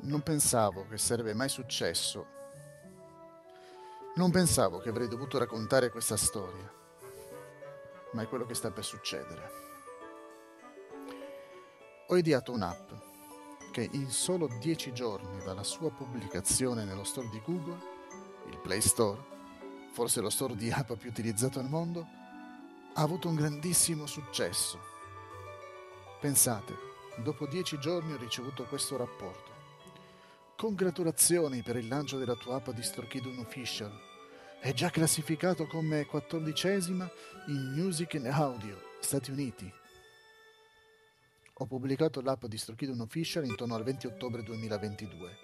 Non pensavo che sarebbe mai successo. Non pensavo che avrei dovuto raccontare questa storia, ma è quello che sta per succedere. Ho ideato un'app che in solo 10 giorni dalla sua pubblicazione nello store di Google, il Play Store, forse lo store di app più utilizzato al mondo, ha avuto un grandissimo successo. Pensate, dopo 10 giorni ho ricevuto questo rapporto. Congratulazioni per il lancio della tua app DistroKid Unofficial. È già classificato come 14ª in Music and Audio, Stati Uniti. Ho pubblicato l'app DistroKid Unofficial intorno al 20 ottobre 2022.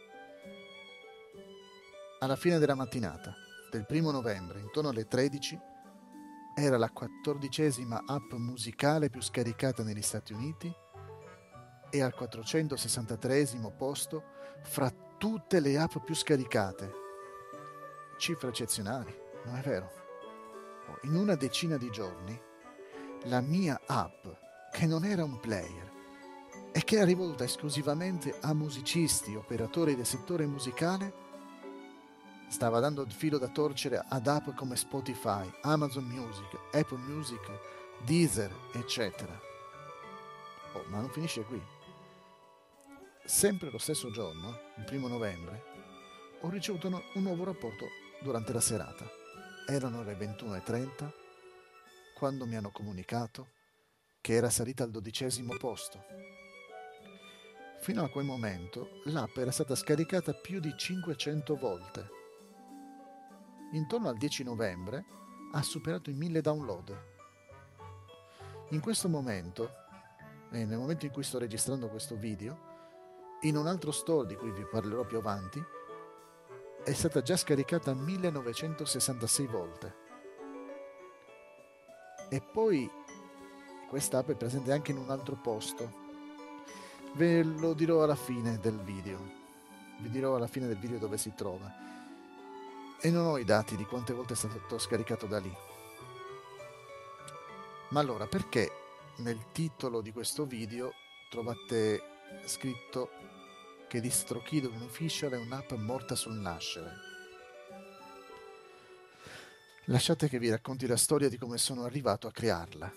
Alla fine della mattinata del 1° novembre, intorno alle 13, era la 14ª app musicale più scaricata negli Stati Uniti e al 463esimo posto fra tutte le app più scaricate. Cifre eccezionali, non è vero? In una decina di giorni, la mia app, che non era un player e che era rivolta esclusivamente a musicisti, operatori del settore musicale, stava dando il filo da torcere ad app come Spotify, Amazon Music, Apple Music, Deezer, eccetera. Ma non finisce qui. Sempre lo stesso giorno, il 1° novembre, ho ricevuto un nuovo rapporto durante la serata. Erano le 21:30 quando mi hanno comunicato che era salita al 12° posto. Fino a quel momento l'app era stata scaricata più di 500 volte. Intorno al 10 novembre ha superato i 1000 download. In questo momento, e nel momento in cui sto registrando questo video, in un altro store di cui vi parlerò più avanti, è stata già scaricata 1966 volte. E poi questa app è presente anche in un altro posto. Ve lo dirò alla fine del video. Vi dirò alla fine del video dove si trova. E non ho i dati di quante volte è stato scaricato da lì. Ma allora, perché nel titolo di questo video trovate scritto che DistroKid Unofficial è un'app morta sul nascere? Lasciate che vi racconti la storia di come sono arrivato a crearla.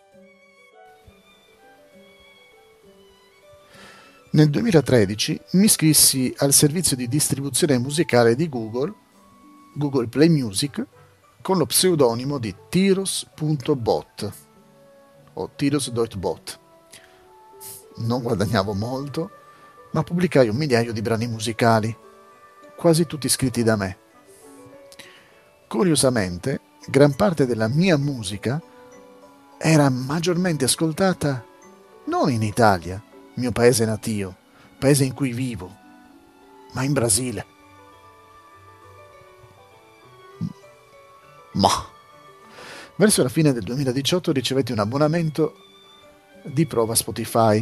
Nel 2013 mi iscrissi al servizio di distribuzione musicale di Google Play Music, con lo pseudonimo di Tiros.bot o Tiros.bot. Non guadagnavo molto, ma pubblicai 1 migliaio di brani musicali, quasi tutti scritti da me. Curiosamente, gran parte della mia musica era maggiormente ascoltata non in Italia, mio paese natio, paese in cui vivo, ma in Brasile. Ma verso la fine del 2018 ricevetti un abbonamento di prova Spotify.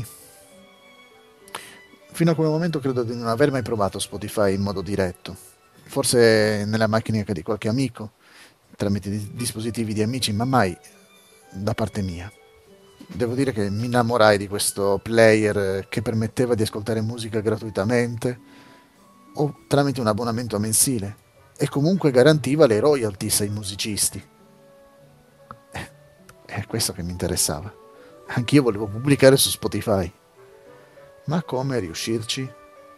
Fino a quel momento credo di non aver mai provato Spotify in modo diretto, forse nella macchina di qualche amico, tramite dispositivi di amici, ma mai da parte mia. Devo dire che mi innamorai di questo player che permetteva di ascoltare musica gratuitamente o tramite un abbonamento mensile e comunque garantiva le royalties ai musicisti. È questo che mi interessava. Anch'io volevo pubblicare su Spotify. Ma come riuscirci?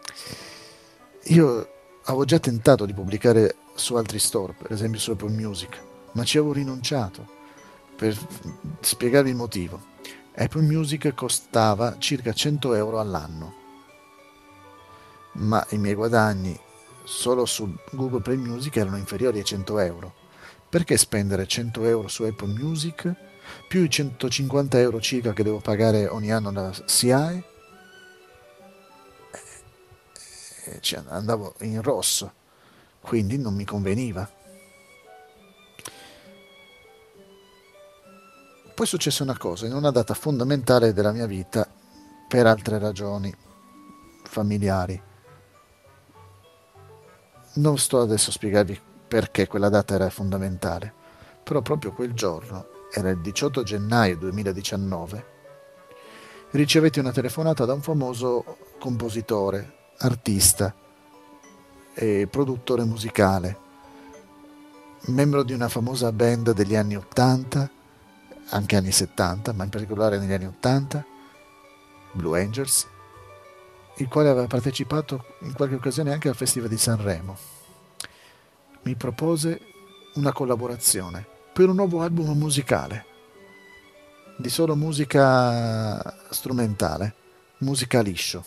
Io avevo già tentato di pubblicare su altri store, per esempio su Apple Music, ma ci avevo rinunciato. Per spiegarvi il motivo, Apple Music costava circa 100 euro all'anno, ma i miei guadagni solo su Google Play Music erano inferiori ai 100 euro. Perché spendere 100 euro su Apple Music più i 150 euro circa che devo pagare ogni anno alla SIAE? Andavo in rosso, quindi non mi conveniva. Poi successe una cosa, in una data fondamentale della mia vita, per altre ragioni familiari. Non sto adesso a spiegarvi perché quella data era fondamentale, però proprio quel giorno, era il 18 gennaio 2019, ricevetti una telefonata da un famoso compositore, artista e produttore musicale, membro di una famosa band degli anni 80, anche anni 70, ma in particolare negli anni 80, Blue Angels, il quale aveva partecipato in qualche occasione anche al Festival di Sanremo. Mi propose una collaborazione per un nuovo album musicale, di solo musica strumentale, musica liscio.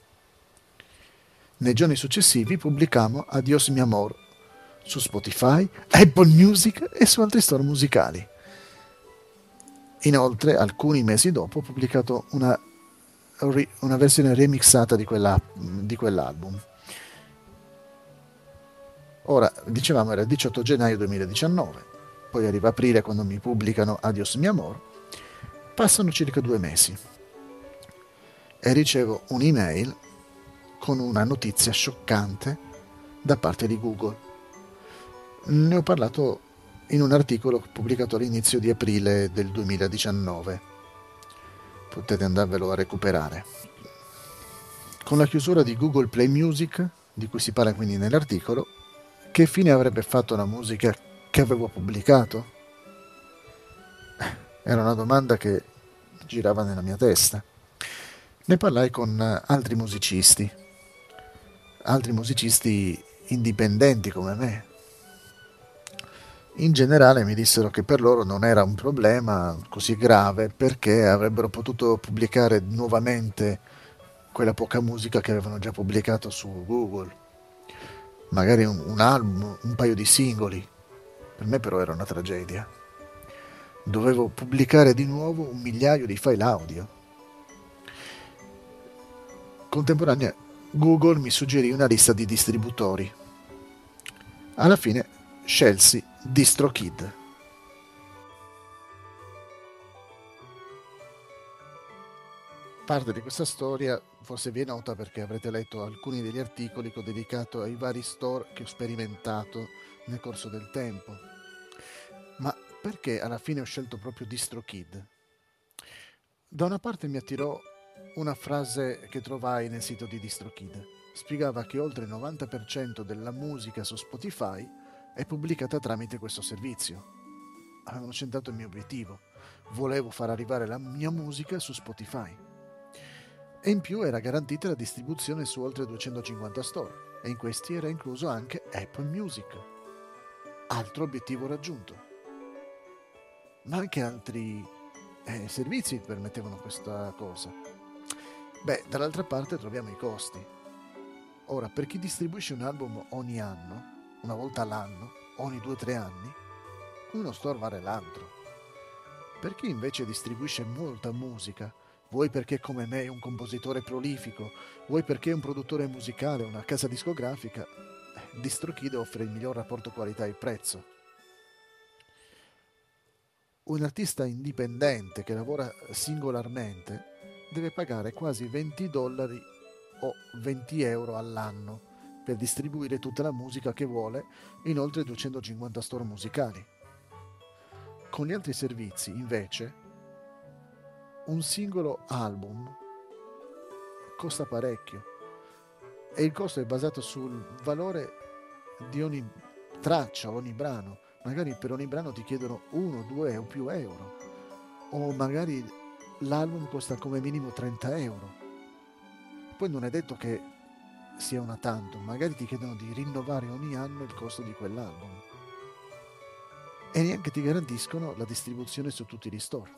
Nei giorni successivi pubblicammo Adios mi amor su Spotify, Apple Music e su altri store musicali. Inoltre, alcuni mesi dopo, ho pubblicato una versione remixata di quell'album. Ora, dicevamo, era il 18 gennaio 2019, poi arriva aprile quando mi pubblicano Adios mi amor, passano circa 2 mesi e ricevo un'email con una notizia scioccante da parte di Google. Ne ho parlato in un articolo pubblicato all'inizio di aprile del 2019. Potete andarvelo a recuperare. Con la chiusura di Google Play Music, di cui si parla quindi nell'articolo, che fine avrebbe fatto la musica che avevo pubblicato? Era una domanda che girava nella mia testa. Ne parlai con altri musicisti indipendenti come me. In generale mi dissero che per loro non era un problema così grave perché avrebbero potuto pubblicare nuovamente quella poca musica che avevano già pubblicato su Google. Magari un album, un paio di singoli. Per me però era una tragedia. Dovevo pubblicare di nuovo 1 migliaio di file audio. Contemporanea, Google mi suggerì una lista di distributori. Alla fine scelsi DistroKid. Parte di questa storia forse vi è nota perché avrete letto alcuni degli articoli che ho dedicato ai vari store che ho sperimentato nel corso del tempo. Ma perché alla fine ho scelto proprio DistroKid? Da una parte mi attirò una frase che trovai nel sito di DistroKid. Spiegava che oltre il 90% della musica su Spotify è pubblicata tramite questo servizio. Avevano centrato il mio obiettivo. Volevo far arrivare la mia musica su Spotify. E in più era garantita la distribuzione su oltre 250 store, e in questi era incluso anche Apple Music. Altro obiettivo raggiunto. Ma anche altri servizi permettevano questa cosa. Beh, dall'altra parte troviamo i costi. Ora, per chi distribuisce un album ogni anno, una volta all'anno, ogni 2-3 anni, uno store vale l'altro. Per chi invece distribuisce molta musica, vuoi perché come me è un compositore prolifico, vuoi perché è un produttore musicale, una casa discografica, DistroKid offre il miglior rapporto qualità e prezzo. Un artista indipendente che lavora singolarmente deve pagare quasi $20 o 20 euro all'anno per distribuire tutta la musica che vuole in oltre 250 store musicali. Con gli altri servizi, invece, un singolo album costa parecchio e il costo è basato sul valore di ogni traccia, ogni brano. Magari per ogni brano ti chiedono 1, 2 o più euro, o magari l'album costa come minimo 30 euro. Poi non è detto che sia una tantum, magari ti chiedono di rinnovare ogni anno il costo di quell'album e neanche ti garantiscono la distribuzione su tutti gli store.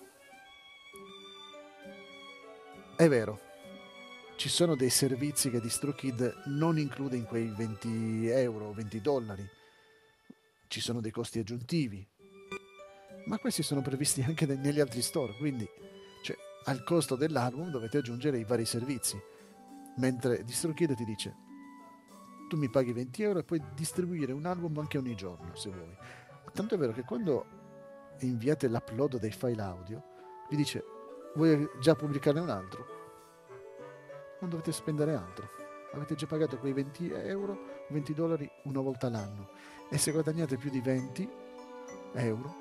È vero, ci sono dei servizi che DistroKid non include in quei 20 euro o 20 dollari, ci sono dei costi aggiuntivi, ma questi sono previsti anche negli altri store, quindi cioè, al costo dell'album dovete aggiungere i vari servizi, mentre DistroKid ti dice tu mi paghi 20 euro e puoi distribuire un album anche ogni giorno se vuoi. Tanto è vero che quando inviate l'upload dei file audio vi dice vuoi già pubblicarne un altro? Non dovete spendere altro, avete già pagato quei 20 euro, 20 dollari una volta l'anno, e se guadagnate più di 20 euro,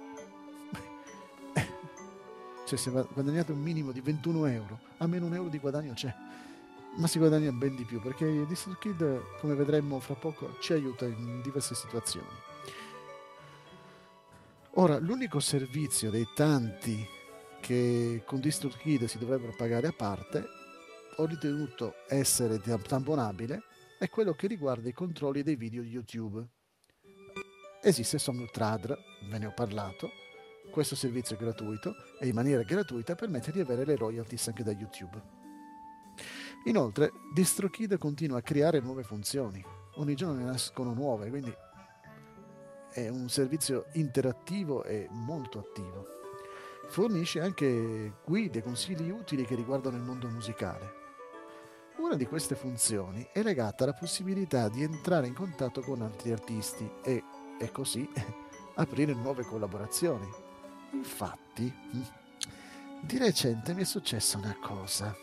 cioè se guadagnate un minimo di 21 euro, almeno un euro di guadagno c'è. ma si guadagna ben di più perché DistroKid, come vedremo fra poco, ci aiuta in diverse situazioni. Ora, l'unico servizio dei tanti che con DistroKid si dovrebbero pagare a parte, ho ritenuto essere tamponabile, è quello che riguarda i controlli dei video di YouTube. Esiste Songtrad, ve ne ho parlato, questo servizio è gratuito e in maniera gratuita permette di avere le royalties anche da YouTube. Inoltre, DistroKid continua a creare nuove funzioni, ogni giorno ne nascono nuove, quindi è un servizio interattivo e molto attivo. Fornisce anche guide e consigli utili che riguardano il mondo musicale. Una di queste funzioni è legata alla possibilità di entrare in contatto con altri artisti e così aprire nuove collaborazioni. Infatti, di recente mi è successa una cosa.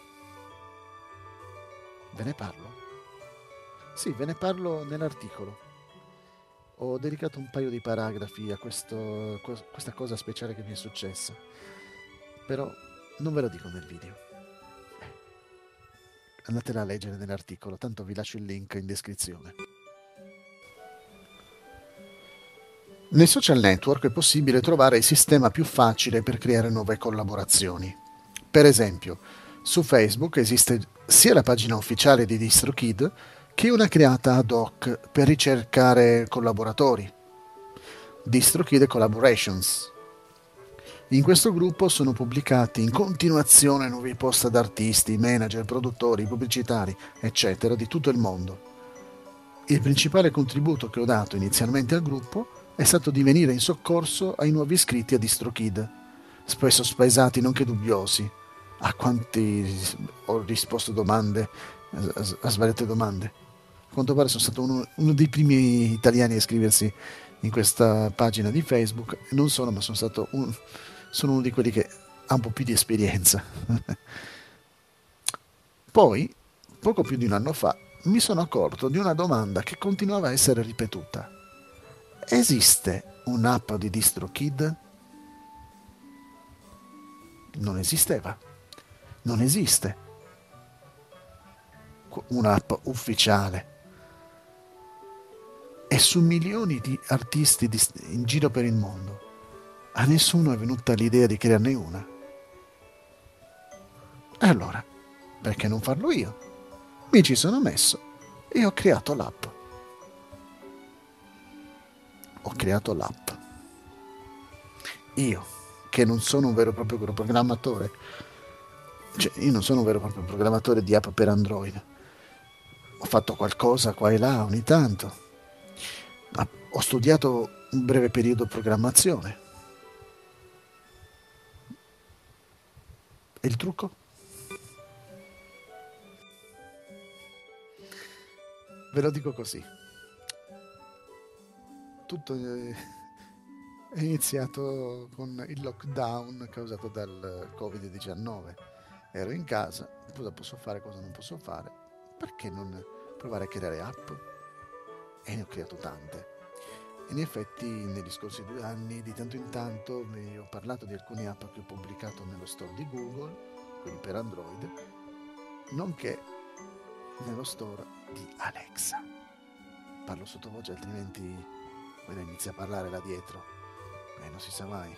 Ve ne parlo? Sì, ve ne parlo nell'articolo. Ho dedicato un paio di paragrafi a questa cosa speciale che mi è successa, però non ve lo dico nel video. Andatela a leggere nell'articolo, tanto vi lascio il link in descrizione. Nei social network è possibile trovare il sistema più facile per creare nuove collaborazioni. Per esempio, su Facebook esiste sia la pagina ufficiale di DistroKid che una creata ad hoc per ricercare collaboratori, DistroKid Collaborations. In questo gruppo sono pubblicati in continuazione nuovi post ad artisti, manager, produttori, pubblicitari, eccetera, di tutto il mondo. Il principale contributo che ho dato inizialmente al gruppo è stato di venire in soccorso ai nuovi iscritti a DistroKid, spesso spaesati nonché dubbiosi. A quanti ho risposto domande, a svariate domande. A quanto pare sono stato uno dei primi italiani a iscriversi in questa pagina di Facebook. Non sono, ma sono uno di quelli che ha un po' più di esperienza. Poi, poco più di un anno fa, mi sono accorto di una domanda che continuava a essere ripetuta. Esiste un'app di DistroKid? Non esisteva. Non esiste un'app ufficiale. E su milioni di artisti in giro per il mondo, a nessuno è venuta l'idea di crearne una. E allora, perché non farlo io? Mi ci sono messo e ho creato l'app. Ho creato l'app. Io, che non sono un vero e proprio programmatore, cioè io non sono un vero e proprio programmatore di app per Android. Ho fatto qualcosa qua e là ogni tanto. Ma ho studiato un breve periodo programmazione. E il trucco? Ve lo dico così. Tutto è iniziato con il lockdown causato dal Covid-19. Ero in casa, cosa posso fare, cosa non posso fare. Perché non provare a creare app? E ne ho creato tante. In effetti, negli scorsi 2 anni, di tanto in tanto, vi ho parlato di alcune app che ho pubblicato nello store di Google, quindi per Android, nonché nello store di Alexa. Parlo sottovoce, altrimenti quella inizia a parlare là dietro. Non si sa mai.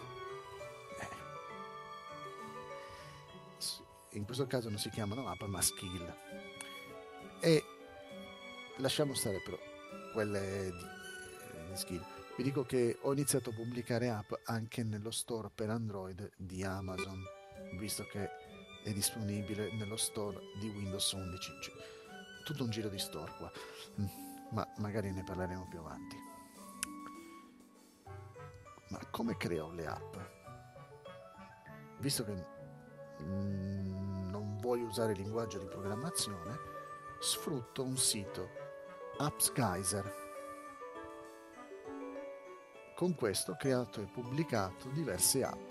In questo caso non si chiamano app, ma skill. E lasciamo stare però quelle di skill. Vi dico che ho iniziato a pubblicare app anche nello store per Android di Amazon, visto che è disponibile nello store di Windows 11. Cioè, tutto un giro di store qua, ma magari ne parleremo più avanti. Ma come creo le app? Visto che non voglio usare il linguaggio di programmazione, sfrutto un sito, AppsGeyser. Con questo ho creato e pubblicato diverse app.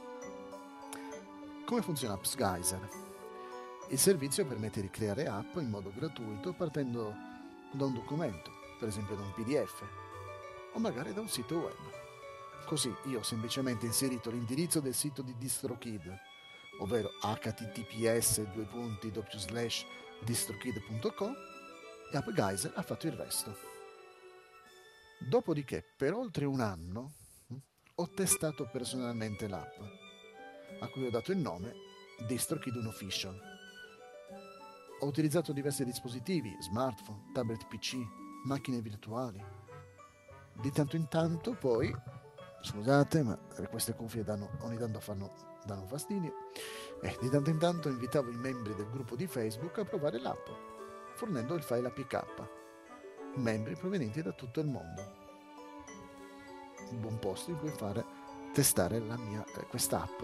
Come funziona AppsGeyser? Il servizio permette di creare app in modo gratuito partendo da un documento, per esempio da un PDF, o magari da un sito web. Così io ho semplicemente inserito l'indirizzo del sito di DistroKid, ovvero https distrokid.com e AppGeyser ha fatto il resto. Dopodiché, per oltre un anno, ho testato personalmente l'app, a cui ho dato il nome DistroKid Unofficial. Ho utilizzato diversi dispositivi, smartphone, tablet PC, macchine virtuali. Di tanto in tanto poi, scusate, ma queste cuffie ogni tanto danno fastidio, di tanto in tanto invitavo i membri del gruppo di Facebook a provare l'app, fornendo il file APK, membri provenienti da tutto il mondo. Un buon posto in cui testare quest'app.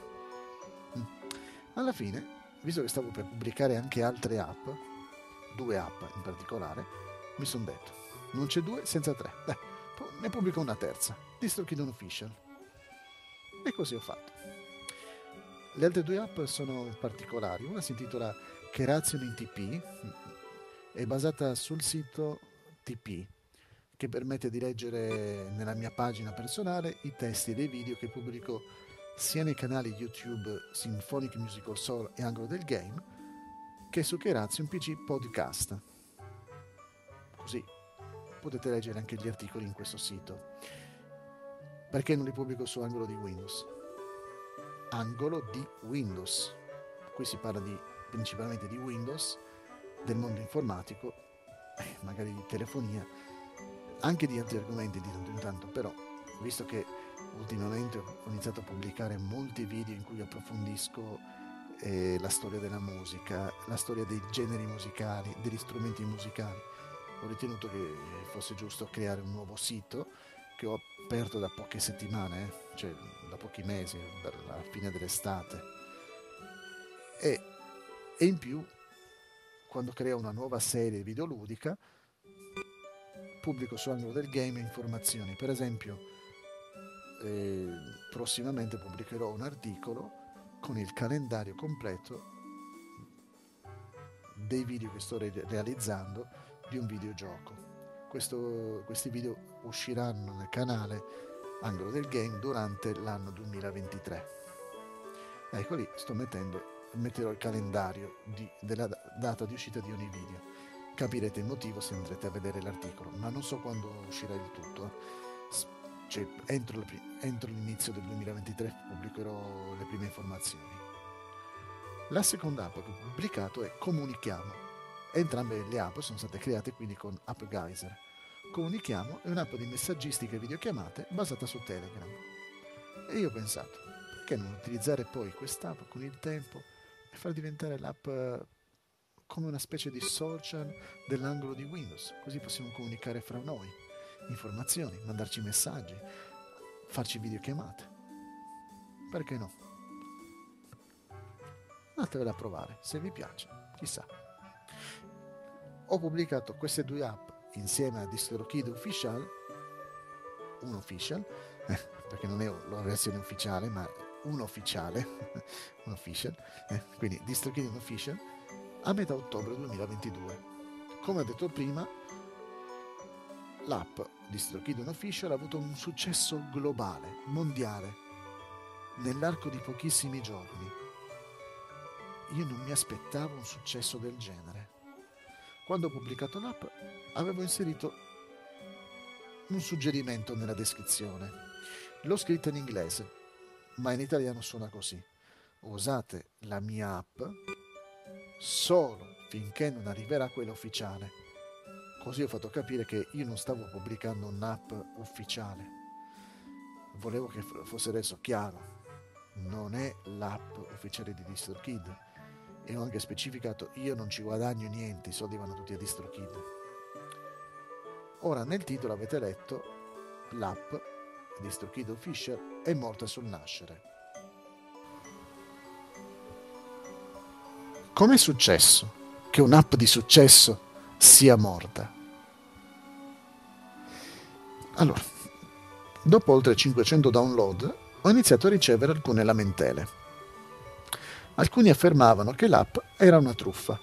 Alla fine, visto che stavo per pubblicare anche altre app, 2 app in particolare, mi sono detto, non c'è 2 senza 3, ne pubblico una terza, DistroKid Unofficial. E così ho fatto. Le altre 2 app sono particolari. Una si intitola Keration in TP, è basata sul sito TP, che permette di leggere nella mia pagina personale i testi dei video che pubblico sia nei canali YouTube Symphonic Musical Soul e Angolo del Game, che su Keration PC Podcast. Così potete leggere anche gli articoli in questo sito. Perché non li pubblico su Angolo di Windows? Angolo di Windows. Qui si parla principalmente di Windows, del mondo informatico, magari di telefonia, anche di altri argomenti di tanto in tanto, però visto che ultimamente ho iniziato a pubblicare molti video in cui approfondisco la storia della musica, la storia dei generi musicali, degli strumenti musicali, ho ritenuto che fosse giusto creare un nuovo sito che ho aperto da poche settimane, cioè da pochi mesi, dalla fine dell'estate, e in più, quando creo una nuova serie videoludica, pubblico su Angolo del Game informazioni. Per esempio, prossimamente pubblicherò un articolo con il calendario completo dei video che sto realizzando di un videogioco. Questi video usciranno nel canale Angolo del Game durante l'anno 2023. Ecco lì metterò il calendario della data di uscita di ogni video. Capirete il motivo se andrete a vedere l'articolo, ma non so quando uscirà il tutto. Cioè, entro l'inizio del 2023 pubblicherò le prime informazioni. La seconda app che ho pubblicato è Comunichiamo. Entrambe le app sono state create quindi con AppGeyser. Comunichiamo è un'app di messaggistica e videochiamate basata su Telegram. E io ho pensato, perché non utilizzare poi quest'app con il tempo e far diventare l'app come una specie di social dell'angolo di Windows, così possiamo comunicare fra noi, informazioni, mandarci messaggi, farci videochiamate. Perché no? Andatevela a provare, se vi piace, chissà. Ho pubblicato queste 2 app insieme a DistroKid Official, perché non è la versione ufficiale, ma un ufficiale, un official, quindi DistroKid Unofficial, a metà ottobre 2022. Come ho detto prima, l'app DistroKid Unofficial ha avuto un successo globale, mondiale, nell'arco di pochissimi giorni. Io non mi aspettavo un successo del genere. Quando ho pubblicato l'app avevo inserito un suggerimento nella descrizione. L'ho scritta in inglese, ma in italiano suona così: usate la mia app solo finché non arriverà quella ufficiale. Così ho fatto capire che io non stavo pubblicando un'app ufficiale. Volevo che fosse reso chiaro: non è l'app ufficiale di DistroKid. E ho anche specificato: io non ci guadagno niente, i soldi vanno tutti a DistroKid. Ora nel titolo avete letto: l'app DistroKid Official è morta sul nascere. Com'è successo che un'app di successo sia morta? Allora, dopo oltre 500 download ho iniziato a ricevere alcune lamentele. Alcuni affermavano che l'app era una truffa.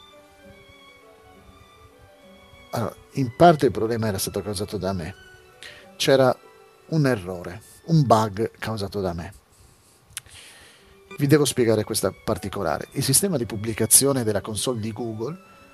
Allora, in parte il problema era stato causato da me. C'era un errore, un bug causato da me. Vi devo spiegare questa particolare. Il sistema di pubblicazione della console di Google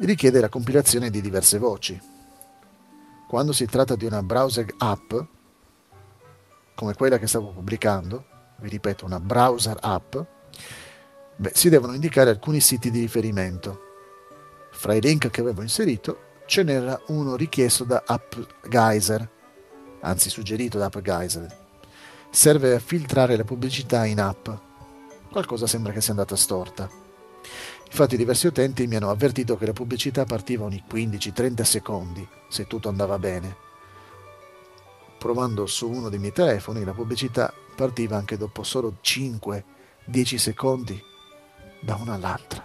richiede la compilazione di diverse voci. Quando si tratta di una browser app, come quella che stavo pubblicando, vi ripeto, una browser app, si devono indicare alcuni siti di riferimento. Fra i link che avevo inserito ce n'era uno richiesto da AppGeyser, anzi suggerito da AppGeyser. Serve a filtrare la pubblicità in app. Qualcosa sembra che sia andata storta. Infatti diversi utenti mi hanno avvertito che la pubblicità partiva ogni 15-30 secondi, se tutto andava bene. Provando su uno dei miei telefoni, la pubblicità partiva anche dopo solo 5-10 secondi da una all'altra.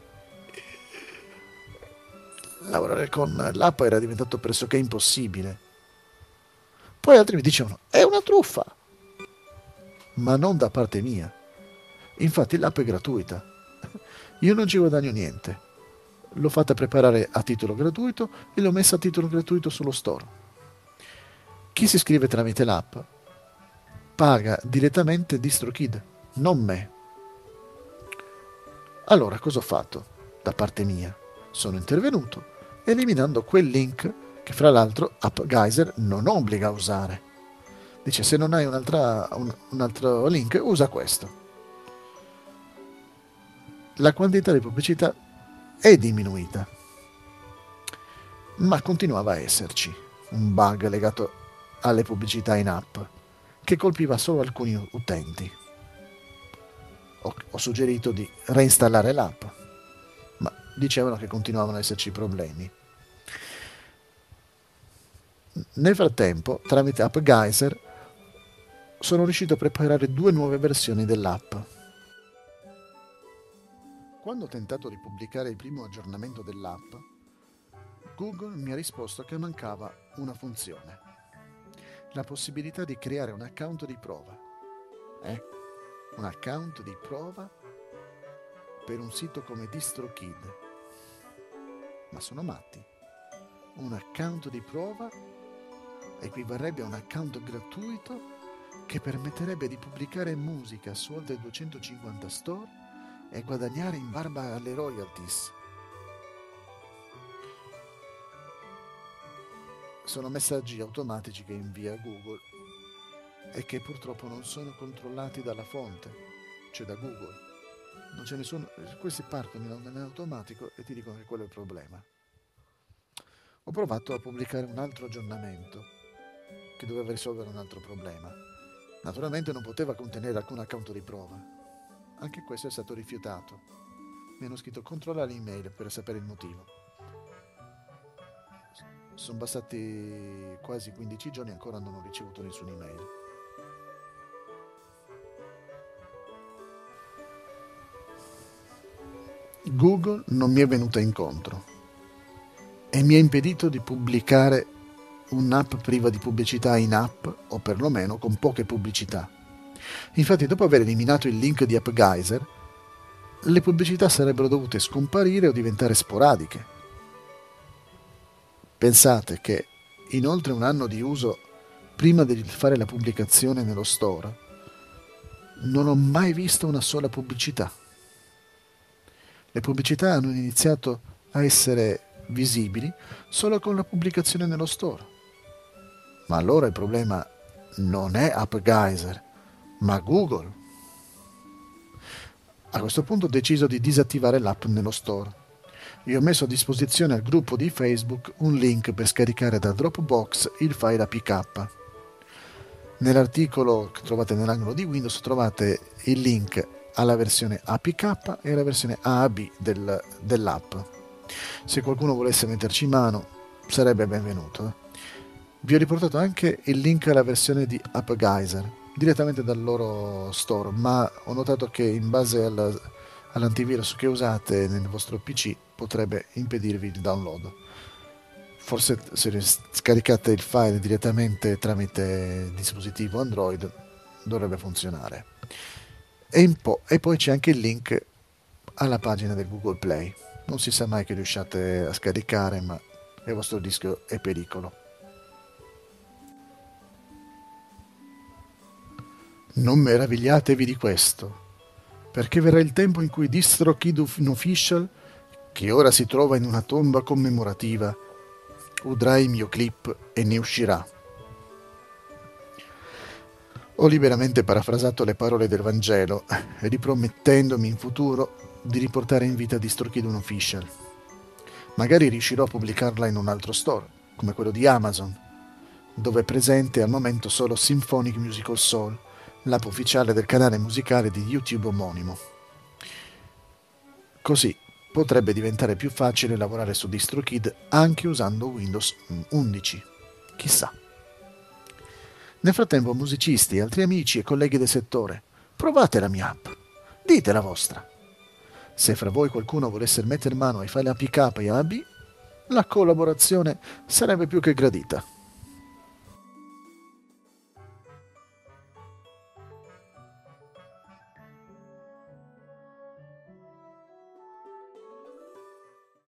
Lavorare con l'app era diventato pressoché impossibile. Poi altri mi dicevano, è una truffa! Ma non da parte mia. Infatti l'app è gratuita. Io non ci guadagno niente. L'ho fatta preparare a titolo gratuito e l'ho messa a titolo gratuito sullo store. Chi si iscrive tramite l'app paga direttamente DistroKid, non me. Allora cosa ho fatto? Da parte mia sono intervenuto eliminando quel link che fra l'altro AppGeyser non obbliga a usare. Dice se non hai un altro link usa questo. La quantità di pubblicità è diminuita, ma continuava a esserci un bug legato alle pubblicità in app che colpiva solo alcuni utenti. Ho suggerito di reinstallare l'app, ma dicevano che continuavano ad esserci problemi. Nel frattempo, tramite AppGeyser, sono riuscito a preparare 2 nuove versioni dell'app. Quando ho tentato di pubblicare il primo aggiornamento dell'app, Google mi ha risposto che mancava una funzione: la possibilità di creare un account di prova. Un account di prova per un sito come DistroKid. Ma sono matti. Un account di prova equivarrebbe a un account gratuito che permetterebbe di pubblicare musica su oltre 250 store e guadagnare in barba alle royalties. Sono messaggi automatici che invia Google e che purtroppo non sono controllati dalla fonte, cioè da Google. Non c'è nessuno, questi partono in automatico e ti dicono che quello è il problema. Ho provato a pubblicare un altro aggiornamento che doveva risolvere un altro problema. Naturalmente non poteva contenere alcun account di prova. Anche questo è stato rifiutato. Mi hanno scritto controlla l'email per sapere il motivo. Sono passati quasi 15 giorni e ancora non ho ricevuto nessuna email. Google non mi è venuta incontro e mi ha impedito di pubblicare un'app priva di pubblicità in app, o perlomeno con poche pubblicità. Infatti, dopo aver eliminato il link di AppGeyser, le pubblicità sarebbero dovute scomparire o diventare sporadiche. Pensate che in oltre un anno di uso, prima di fare la pubblicazione nello store, non ho mai visto una sola pubblicità. Le pubblicità hanno iniziato a essere visibili solo con la pubblicazione nello store. Ma allora il problema non è AppGeyser, ma Google. A questo punto ho deciso di disattivare l'app nello store. Io ho messo a disposizione al gruppo di Facebook un link per scaricare da Dropbox il file APK. Nell'articolo che trovate nell'angolo di Windows trovate il link alla versione APK e alla versione AAB dell'app. Se qualcuno volesse metterci mano sarebbe benvenuto. Vi ho riportato anche il link alla versione di AppGeyser direttamente dal loro store, ma ho notato che in base all'antivirus che usate nel vostro PC potrebbe impedirvi il download. Forse se scaricate il file direttamente tramite dispositivo Android dovrebbe funzionare. E poi c'è anche il link alla pagina del Google Play. Non si sa mai che riusciate a scaricare, ma il vostro rischio è pericolo. Non meravigliatevi di questo, perché verrà il tempo in cui DistroKid Official che ora si trova in una tomba commemorativa, udrai il mio clip e ne uscirà. Ho liberamente parafrasato le parole del Vangelo, ripromettendomi in futuro di riportare in vita DistroKid Unofficial. Magari riuscirò a pubblicarla in un altro store, come quello di Amazon, dove è presente al momento solo Symphonic Musical Soul, l'app ufficiale del canale musicale di YouTube omonimo. Così potrebbe diventare più facile lavorare su DistroKid anche usando Windows 11. Chissà. Nel frattempo, musicisti, altri amici e colleghi del settore, provate la mia app. Dite la vostra. Se fra voi qualcuno volesse mettere mano ai file APK e AB, la collaborazione sarebbe più che gradita.